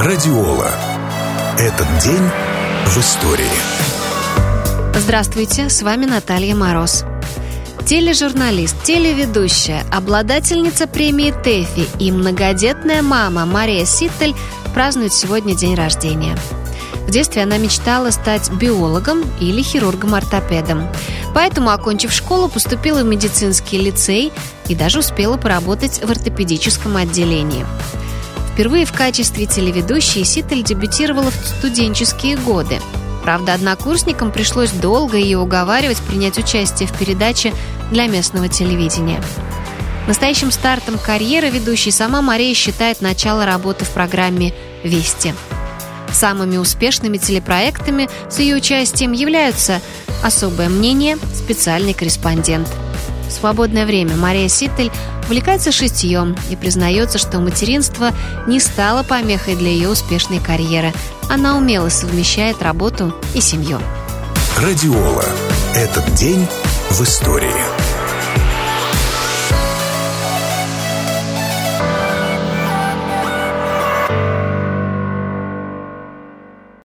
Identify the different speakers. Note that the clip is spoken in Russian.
Speaker 1: Радиола. Этот день в истории.
Speaker 2: Здравствуйте, с вами Наталья Мороз. Тележурналист, телеведущая, обладательница премии ТЭФИ и многодетная мама Мария Ситтель празднует сегодня день рождения. В детстве она мечтала стать биологом или хирургом-ортопедом. Поэтому, окончив школу, поступила в медицинский лицей и даже успела поработать в ортопедическом отделении. Впервые в качестве телеведущей Ситтель дебютировала в студенческие годы. Правда, однокурсникам пришлось долго ее уговаривать принять участие в передаче для местного телевидения. Настоящим стартом карьеры ведущей сама Мария считает начало работы в программе «Вести». Самыми успешными телепроектами с ее участием являются «Особое мнение», «Специальный корреспондент». В свободное время Мария Ситтель увлекается шитьем и признается, что материнство не стало помехой для ее успешной карьеры. Она умело совмещает работу и семью.
Speaker 1: Радиола. Этот день в истории.